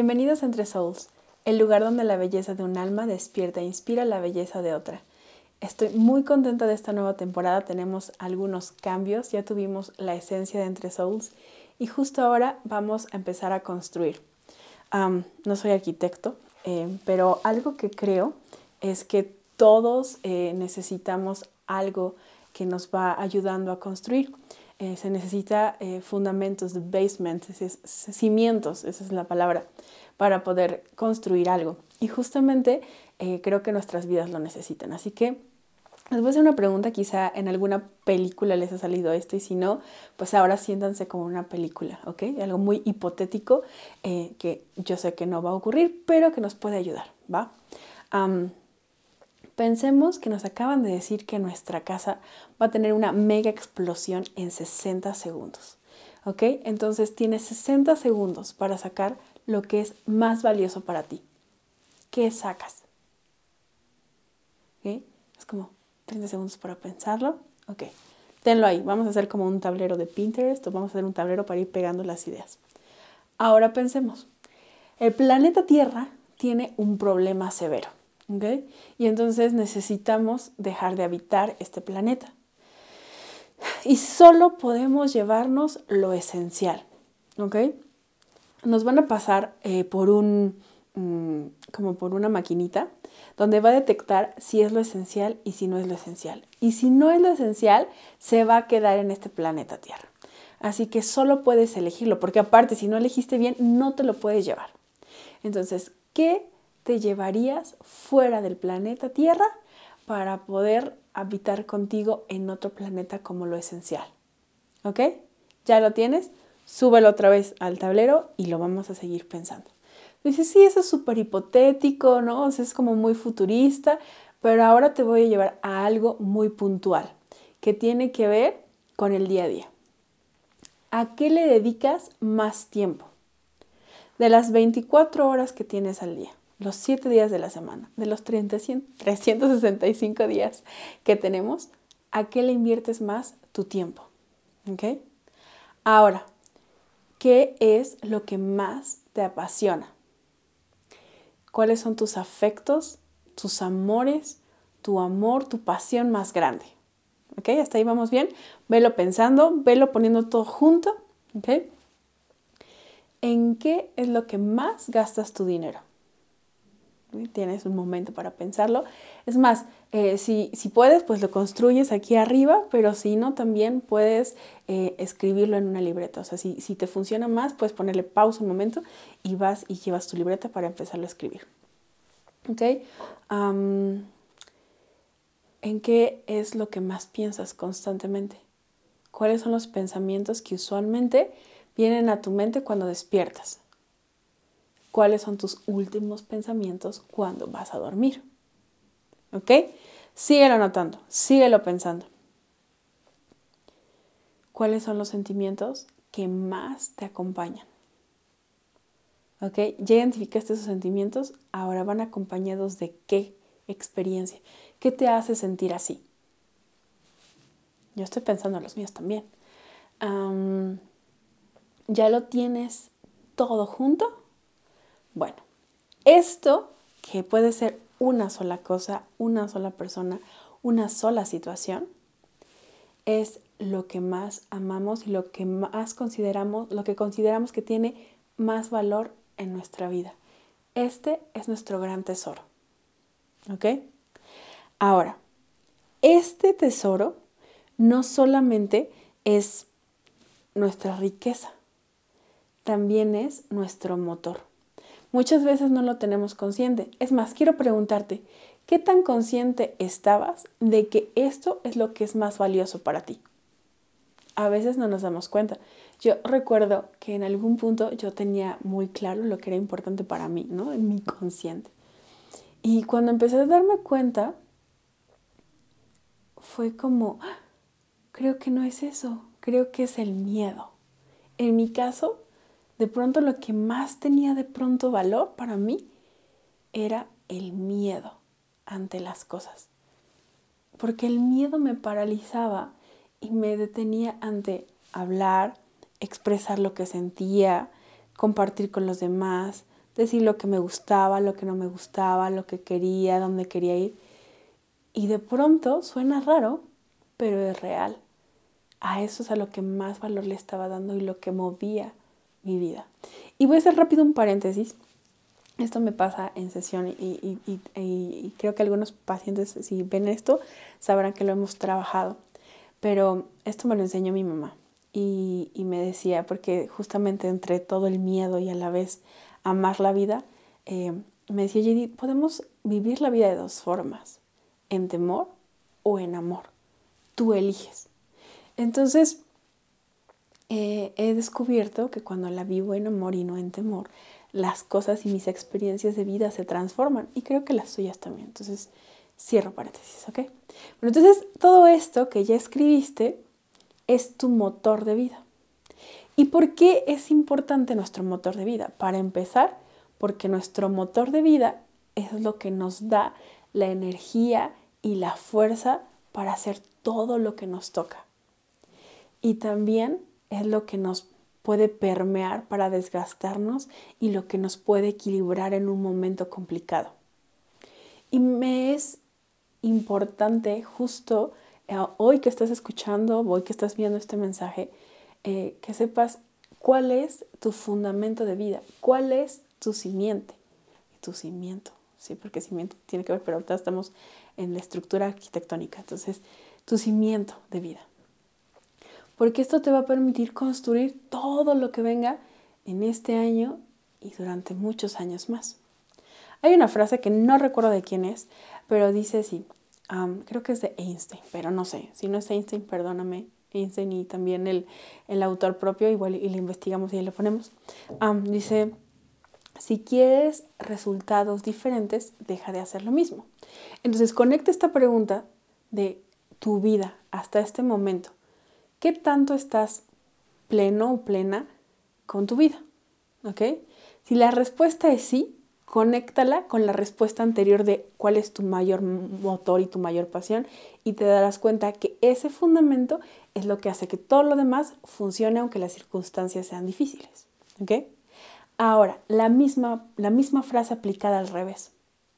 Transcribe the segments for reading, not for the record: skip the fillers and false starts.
Bienvenidos a Entre Souls, el lugar donde la belleza de un alma despierta e inspira la belleza de otra. Estoy muy contenta de esta nueva temporada, tenemos algunos cambios, ya tuvimos la esencia de Entre Souls y justo ahora vamos a empezar a construir. No soy arquitecto, pero algo que creo es que todos necesitamos algo que nos va ayudando a construir. Se necesita fundamentos, basement, cimientos, esa es la palabra, para poder construir algo. Y justamente creo que nuestras vidas lo necesitan. Así que les voy a hacer una pregunta, quizá en alguna película les ha salido esto y si no, pues ahora siéntanse como una película, ¿ok? Algo muy hipotético que yo sé que no va a ocurrir, pero que nos puede ayudar, ¿va? Pensemos que nos acaban de decir que nuestra casa va a tener una mega explosión en 60 segundos, ¿ok? Entonces tienes 60 segundos para sacar lo que es más valioso para ti. ¿Qué sacas? ¿Ok? Es como 30 segundos para pensarlo. Ok, tenlo ahí. Vamos a hacer como un tablero de Pinterest o vamos a hacer un tablero para ir pegando las ideas. Ahora pensemos. El planeta Tierra tiene un problema severo. ¿Okay? Y entonces necesitamos dejar de habitar este planeta. Y solo podemos llevarnos lo esencial. ¿Okay? Nos van a pasar por como por una maquinita donde va a detectar si es lo esencial y si no es lo esencial. Y si no es lo esencial, se va a quedar en este planeta Tierra. Así que solo puedes elegirlo, porque aparte, si no elegiste bien, no te lo puedes llevar. Entonces, ¿qué te llevarías fuera del planeta Tierra para poder habitar contigo en otro planeta como lo esencial? ¿Ok? ¿Ya lo tienes? Súbelo otra vez al tablero y lo vamos a seguir pensando. Dices, sí, eso es súper hipotético, ¿no? O sea, es como muy futurista, pero ahora te voy a llevar a algo muy puntual que tiene que ver con el día a día. ¿A qué le dedicas más tiempo? De las 24 horas que tienes al día, los 7 días de la semana, de los 365 días que tenemos, ¿a qué le inviertes más tu tiempo? ¿Ok? Ahora, ¿qué es lo que más te apasiona? ¿Cuáles son tus afectos, tus amores, tu amor, tu pasión más grande? ¿Ok? ¿Hasta ahí vamos bien? Velo pensando, velo poniendo todo junto. ¿Ok? ¿En qué es lo que más gastas tu dinero? Tienes un momento para pensarlo. Es más, si puedes, pues lo construyes aquí arriba, pero si no, también puedes escribirlo en una libreta. O sea, si te funciona más, puedes ponerle pausa un momento y vas y llevas tu libreta para empezarlo a escribir. ¿Ok? ¿En qué es lo que más piensas constantemente? ¿Cuáles son los pensamientos que usualmente vienen a tu mente cuando despiertas? ¿Cuáles son tus últimos pensamientos cuando vas a dormir? ¿Ok? Síguelo anotando, síguelo pensando. ¿Cuáles son los sentimientos que más te acompañan? ¿Ok? Ya identificaste esos sentimientos, ahora van acompañados de qué experiencia. ¿Qué te hace sentir así? Yo estoy pensando en los míos también. ¿Ya lo tienes todo junto? Bueno, esto que puede ser una sola cosa, una sola persona, una sola situación, es lo que más amamos y lo que más consideramos, lo que consideramos que tiene más valor en nuestra vida. Este es nuestro gran tesoro. ¿Ok? Ahora, este tesoro no solamente es nuestra riqueza, también es nuestro motor. Muchas veces no lo tenemos consciente. Es más, quiero preguntarte, ¿qué tan consciente estabas de que esto es lo que es más valioso para ti? A veces no nos damos cuenta. Yo recuerdo que en algún punto yo tenía muy claro lo que era importante para mí, ¿no? En mi consciente. Y cuando empecé a darme cuenta, fue como, creo que no es eso, creo que es el miedo. En mi caso, de pronto lo que más tenía de pronto valor para mí era el miedo ante las cosas. Porque el miedo me paralizaba y me detenía ante hablar, expresar lo que sentía, compartir con los demás, decir lo que me gustaba, lo que no me gustaba, lo que quería, dónde quería ir. Y de pronto suena raro, pero es real. A eso es a lo que más valor le estaba dando y lo que movía mi vida. Y voy a hacer rápido un paréntesis. Esto me pasa en sesión y creo que algunos pacientes, si ven esto, sabrán que lo hemos trabajado. Pero esto me lo enseñó mi mamá y me decía, porque justamente entre todo el miedo y a la vez amar la vida, me decía, JD, podemos vivir la vida de dos formas, en temor o en amor. Tú eliges. Entonces, he descubierto que cuando la vivo en amor y no en temor, las cosas y mis experiencias de vida se transforman y creo que las suyas también. Entonces, cierro paréntesis, ¿ok? Bueno, entonces, todo esto que ya escribiste es tu motor de vida. ¿Y por qué es importante nuestro motor de vida? Para empezar, porque nuestro motor de vida es lo que nos da la energía y la fuerza para hacer todo lo que nos toca. Y también es lo que nos puede permear para desgastarnos y lo que nos puede equilibrar en un momento complicado. Y me es importante justo hoy que estás escuchando, hoy que estás viendo este mensaje, que sepas cuál es tu fundamento de vida, cuál es tu simiente. Tu cimiento, sí, porque cimiento tiene que ver, pero ahorita estamos en la estructura arquitectónica. Entonces, tu cimiento de vida. Porque esto te va a permitir construir todo lo que venga en este año y durante muchos años más. Hay una frase que no recuerdo de quién es, pero dice así, creo que es de Einstein, pero no sé, si no es Einstein, perdóname, Einstein y también el autor propio, igual y le investigamos y ahí le ponemos. Dice, si quieres resultados diferentes, deja de hacer lo mismo. Entonces, conecta esta pregunta de tu vida hasta este momento. ¿Qué tanto estás pleno o plena con tu vida? ¿Ok? Si la respuesta es sí, conéctala con la respuesta anterior de cuál es tu mayor motor y tu mayor pasión y te darás cuenta que ese fundamento es lo que hace que todo lo demás funcione aunque las circunstancias sean difíciles. ¿Ok? Ahora, la misma frase aplicada al revés.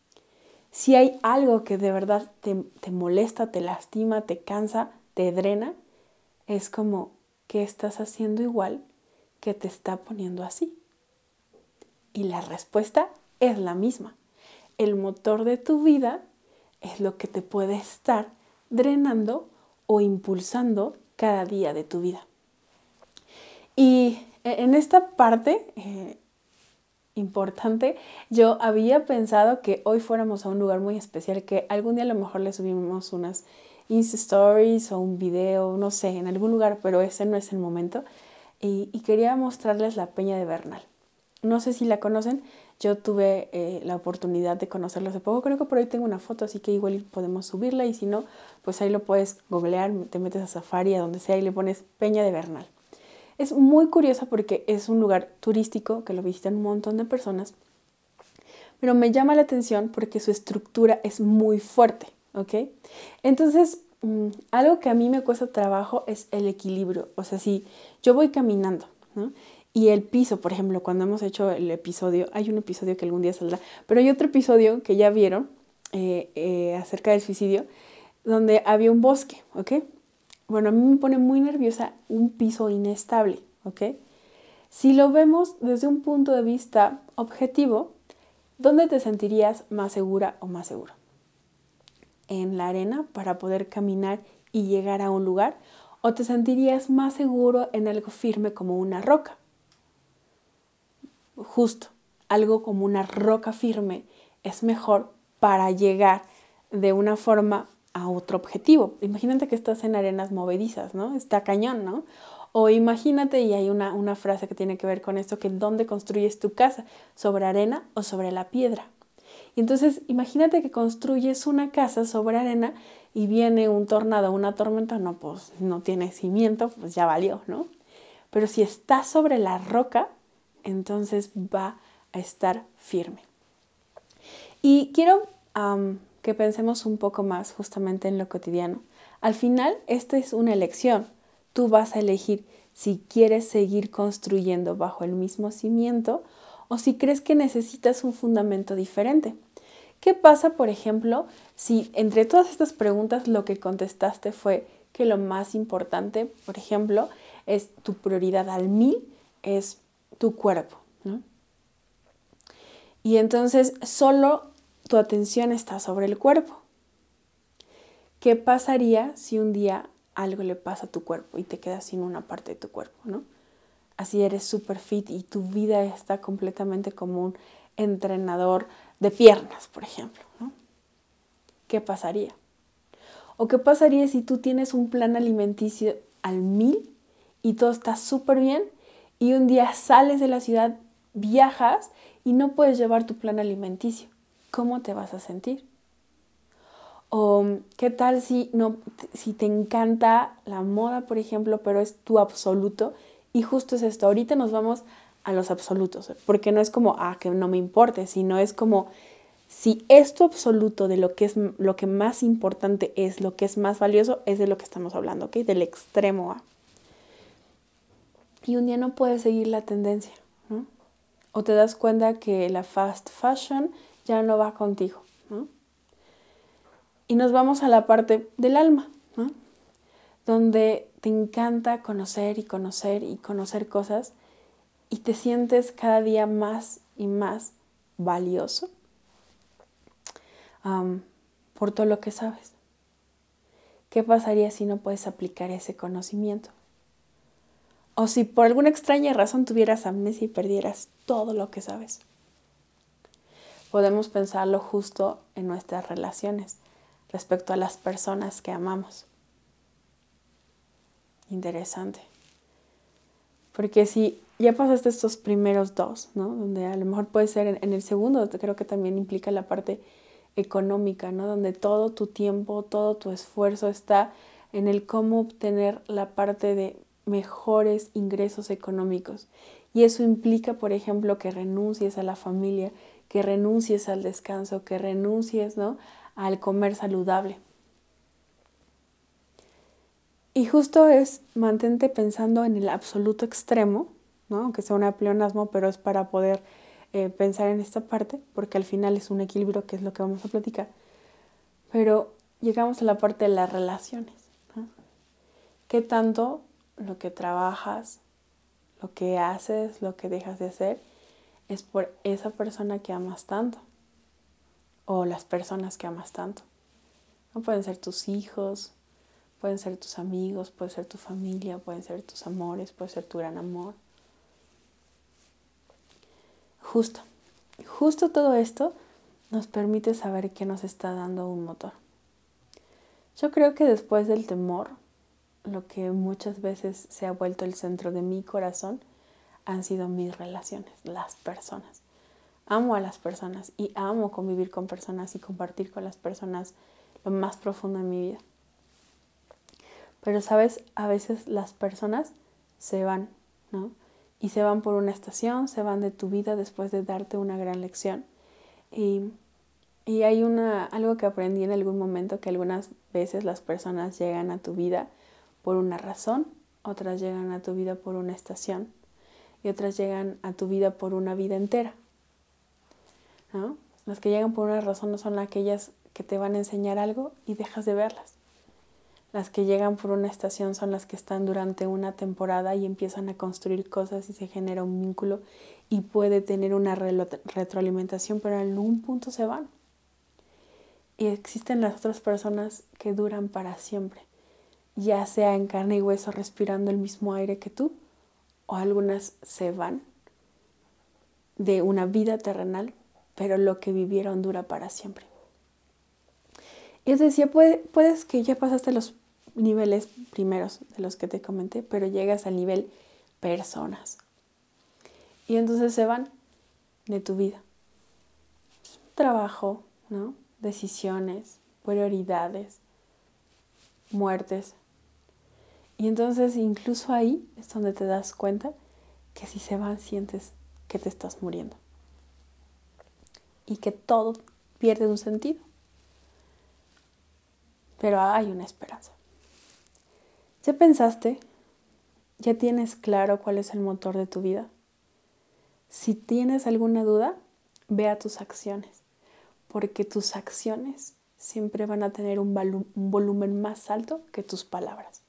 Si hay algo que de verdad te molesta, te lastima, te cansa, te drena, es como, ¿qué estás haciendo igual que te está poniendo así? Y la respuesta es la misma. El motor de tu vida es lo que te puede estar drenando o impulsando cada día de tu vida. Y en esta parte importante, yo había pensado que hoy fuéramos a un lugar muy especial, que algún día a lo mejor le subimos unas Insta Stories o un video, no sé, en algún lugar, pero ese no es el momento. Y quería mostrarles la Peña de Bernal. No sé si la conocen, yo tuve la oportunidad de conocerlo hace poco, creo que por ahí tengo una foto, así que igual podemos subirla y si no, pues ahí lo puedes googlear, te metes a Safari, a donde sea y le pones Peña de Bernal. Es muy curiosa porque es un lugar turístico que lo visitan un montón de personas, pero me llama la atención porque su estructura es muy fuerte, ¿ok? Entonces, algo que a mí me cuesta trabajo es el equilibrio. O sea, si yo voy caminando, ¿no? Y el piso, por ejemplo, cuando hemos hecho el episodio, hay un episodio que algún día saldrá, pero hay otro episodio que ya vieron acerca del suicidio, donde había un bosque, ¿ok? Bueno, a mí me pone muy nerviosa un piso inestable, ¿ok? Si lo vemos desde un punto de vista objetivo, ¿dónde te sentirías más segura o más seguro? ¿En la arena para poder caminar y llegar a un lugar? ¿O te sentirías más seguro en algo firme como una roca? Justo, algo como una roca firme es mejor para llegar de una forma a otro objetivo. Imagínate que estás en arenas movedizas, ¿no? Está cañón, ¿no? O imagínate, y hay una frase que tiene que ver con esto, que ¿dónde construyes tu casa? ¿Sobre arena o sobre la piedra? Y entonces imagínate que construyes una casa sobre arena y viene un tornado, una tormenta, no, pues no tiene cimiento, pues ya valió, ¿no? Pero si está sobre la roca, entonces va a estar firme. Y quiero que pensemos un poco más justamente en lo cotidiano. Al final, esta es una elección. Tú vas a elegir si quieres seguir construyendo bajo el mismo cimiento o si crees que necesitas un fundamento diferente. ¿Qué pasa, por ejemplo, si entre todas estas preguntas lo que contestaste fue que lo más importante, por ejemplo, es tu prioridad al 1000, es tu cuerpo, ¿no? Y entonces solo tu atención está sobre el cuerpo. ¿Qué pasaría si un día algo le pasa a tu cuerpo y te quedas sin una parte de tu cuerpo, ¿no? Así eres súper fit y tu vida está completamente como un entrenador de piernas, por ejemplo, ¿no? ¿Qué pasaría? ¿O qué pasaría si tú tienes un plan alimenticio al 1000 y todo está súper bien y un día sales de la ciudad, viajas y no puedes llevar tu plan alimenticio? ¿Cómo te vas a sentir? ¿O qué tal si te encanta la moda, por ejemplo, pero es tu absoluto? Y justo es esto, ahorita nos vamos a los absolutos, porque no es como, que no me importe, sino es como, si es tu absoluto de lo que es lo que más importante es, lo que es más valioso, es de lo que estamos hablando, ¿ok? Del extremo A. Y un día no puedes seguir la tendencia, ¿no? O te das cuenta que la fast fashion ya no va contigo, ¿no? Y nos vamos a la parte del alma, ¿no? Donde te encanta conocer y conocer y conocer cosas y te sientes cada día más y más valioso por todo lo que sabes. ¿Qué pasaría si no puedes aplicar ese conocimiento? O si por alguna extraña razón tuvieras amnesia y perdieras todo lo que sabes. Podemos pensarlo justo en nuestras relaciones respecto a las personas que amamos. Interesante. Porque si ya pasaste estos primeros dos, ¿no? Donde a lo mejor puede ser en el segundo, creo que también implica la parte económica, ¿no? Donde todo tu tiempo, todo tu esfuerzo está en el cómo obtener la parte de mejores ingresos económicos. Y eso implica, por ejemplo, que renuncies a la familia, que renuncies al descanso, que renuncies, ¿no?, al comer saludable. Y justo es mantente pensando en el absoluto extremo, ¿no? Aunque sea un pleonasmo, pero es para poder pensar en esta parte, porque al final es un equilibrio, que es lo que vamos a platicar. Pero llegamos a la parte de las relaciones, ¿no? ¿Qué tanto lo que trabajas, lo que haces, lo que dejas de hacer, es por esa persona que amas tanto? O las personas que amas tanto. No pueden ser tus hijos, pueden ser tus amigos, puede ser tu familia, pueden ser tus amores, puede ser tu gran amor. Justo todo esto nos permite saber qué nos está dando un motor. Yo creo que después del temor, lo que muchas veces se ha vuelto el centro de mi corazón han sido mis relaciones, las personas. Amo a las personas y amo convivir con personas y compartir con las personas lo más profundo de mi vida. Pero, ¿sabes? A veces las personas se van, ¿no? Y se van por una estación, se van de tu vida después de darte una gran lección. Y hay algo que aprendí en algún momento, que algunas veces las personas llegan a tu vida por una razón, otras llegan a tu vida por una estación y otras llegan a tu vida por una vida entera, ¿no? Las que llegan por una razón no son aquellas que te van a enseñar algo y dejas de verlas. Las que llegan por una estación son las que están durante una temporada y empiezan a construir cosas y se genera un vínculo y puede tener una retroalimentación, pero en algún punto se van. Y existen las otras personas que duran para siempre, ya sea en carne y hueso respirando el mismo aire que tú, o algunas se van de una vida terrenal, pero lo que vivieron dura para siempre. Y es decir, puedes que ya pasaste los niveles primeros de los que te comenté, pero llegas al nivel personas. Y entonces se van de tu vida. Trabajo, ¿no? Decisiones, prioridades, muertes. Y entonces incluso ahí es donde te das cuenta que si se van sientes que te estás muriendo. Y que todo pierde un sentido. Pero hay una esperanza. ¿Ya pensaste? ¿Ya tienes claro cuál es el motor de tu vida? Si tienes alguna duda, ve a tus acciones, porque tus acciones siempre van a tener un volumen más alto que tus palabras.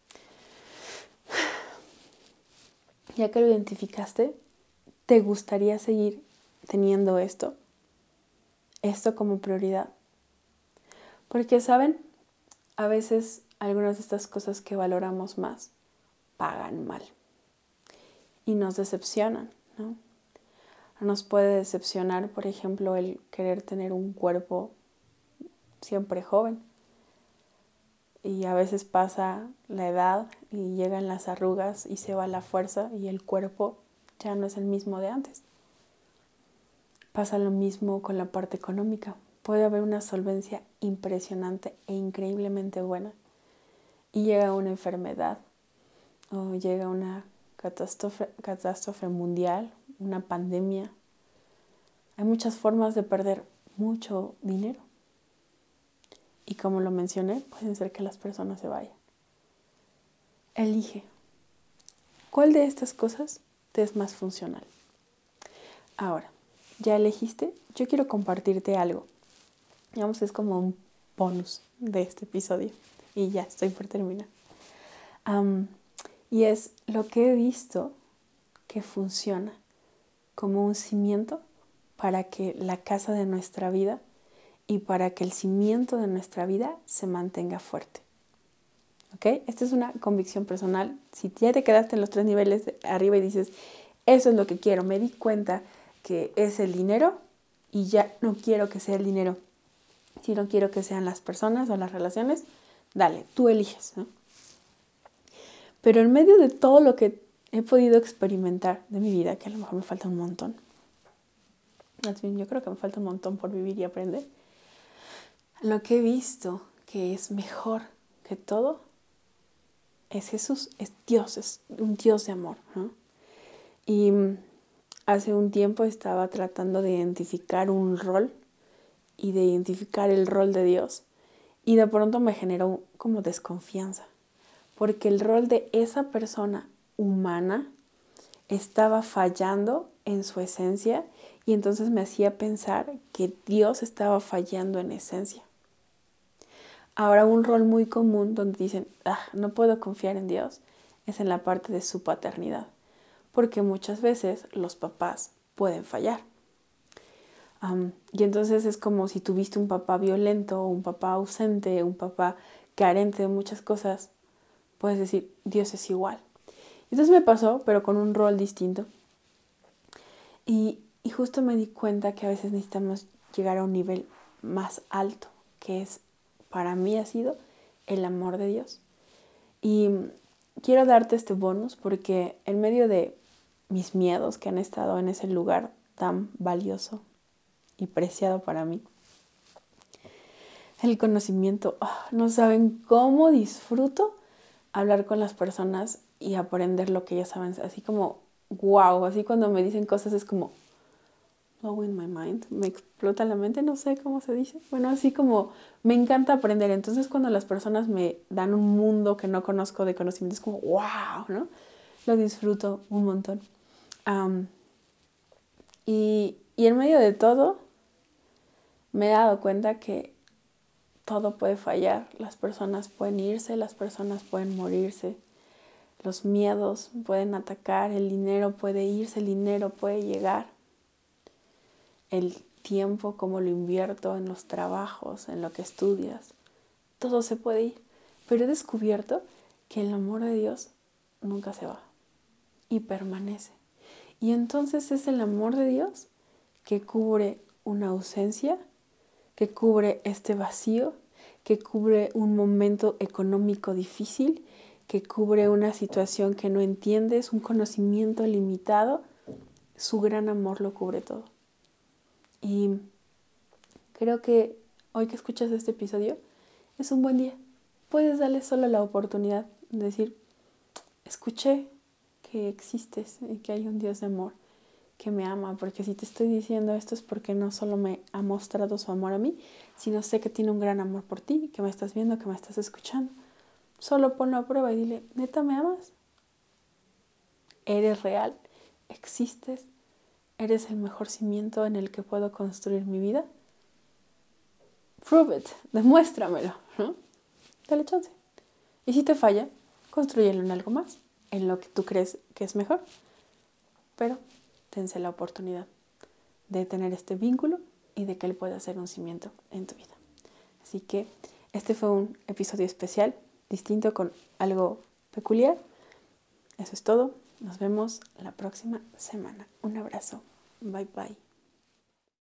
Ya que lo identificaste, ¿te gustaría seguir teniendo esto como prioridad? Porque, ¿saben? A veces algunas de estas cosas que valoramos más pagan mal y nos decepcionan, ¿no? Nos puede decepcionar, por ejemplo, el querer tener un cuerpo siempre joven. Y a veces pasa la edad y llegan las arrugas y se va la fuerza y el cuerpo ya no es el mismo de antes. Pasa lo mismo con la parte económica. Puede haber una solvencia impresionante e increíblemente buena y llega una enfermedad o llega una catástrofe mundial, una pandemia. Hay muchas formas de perder mucho dinero. Y como lo mencioné, pueden ser que las personas se vayan. Elige. ¿Cuál de estas cosas te es más funcional? Ahora, ¿ya elegiste? Yo quiero compartirte algo. Digamos, es como un bonus de este episodio. Y ya estoy por terminar. Y es lo que he visto que funciona como un cimiento para que la casa de nuestra vida y para que el cimiento de nuestra vida se mantenga fuerte. ¿Ok? Esta es una convicción personal. Si ya te quedaste en los 3 niveles de arriba y dices, eso es lo que quiero, me di cuenta que es el dinero y ya no quiero que sea el dinero, si no quiero que sean las personas o las relaciones, dale, tú eliges, ¿no? Pero en medio de todo lo que he podido experimentar de mi vida, que a lo mejor me falta un montón, yo creo que me falta un montón por vivir y aprender, lo que he visto que es mejor que todo es Jesús, es Dios, es un Dios de amor, ¿no? Y hace un tiempo estaba tratando de identificar un rol y de identificar el rol de Dios y de pronto me generó como desconfianza, porque el rol de esa persona humana estaba fallando en su esencia y entonces me hacía pensar que Dios estaba fallando en esencia. Ahora, un rol muy común donde dicen, no puedo confiar en Dios, es en la parte de su paternidad, porque muchas veces los papás pueden fallar. Y entonces es como si tuviste un papá violento, un papá ausente, un papá carente de muchas cosas, puedes decir, Dios es igual. Entonces me pasó, pero con un rol distinto. Y justo me di cuenta que a veces necesitamos llegar a un nivel más alto, que es, para mí ha sido el amor de Dios. Y quiero darte este bonus porque en medio de mis miedos que han estado en ese lugar tan valioso y preciado para mí, el conocimiento, no saben cómo disfruto hablar con las personas y aprender lo que ellas saben, así como wow, así cuando me dicen cosas es como blowing my mind, me explota la mente, no sé cómo se dice, bueno, así como me encanta aprender, entonces cuando las personas me dan un mundo que no conozco de conocimiento es como wow, ¿no? Lo disfruto un montón. Y en medio de todo me he dado cuenta que todo puede fallar, las personas pueden irse, las personas pueden morirse, los miedos pueden atacar, el dinero puede irse, el dinero puede llegar, el tiempo como lo invierto en los trabajos, en lo que estudias, todo se puede ir, pero he descubierto que el amor de Dios nunca se va y permanece. Y entonces es el amor de Dios que cubre una ausencia, que cubre este vacío, que cubre un momento económico difícil, que cubre una situación que no entiendes, un conocimiento limitado. Su gran amor lo cubre todo. Y creo que hoy que escuchas este episodio es un buen día. Puedes darle solo la oportunidad de decir, escuché que existes y que hay un Dios de amor que me ama, porque si te estoy diciendo esto es porque no solo me ha mostrado su amor a mí, sino sé que tiene un gran amor por ti, que me estás viendo, que me estás escuchando. Solo ponlo a prueba y dile, ¿neta me amas? ¿Eres real? ¿Existes? ¿Eres el mejor cimiento en el que puedo construir mi vida? Prove it, demuéstramelo, ¿no? Dale chance. Y si te falla, construyelo en algo más, en lo que tú crees que es mejor. Pero tense la oportunidad de tener este vínculo y de que él pueda ser un cimiento en tu vida. Así que este fue un episodio especial, distinto, con algo peculiar. Eso es todo. Nos vemos la próxima semana. Un abrazo. Bye bye.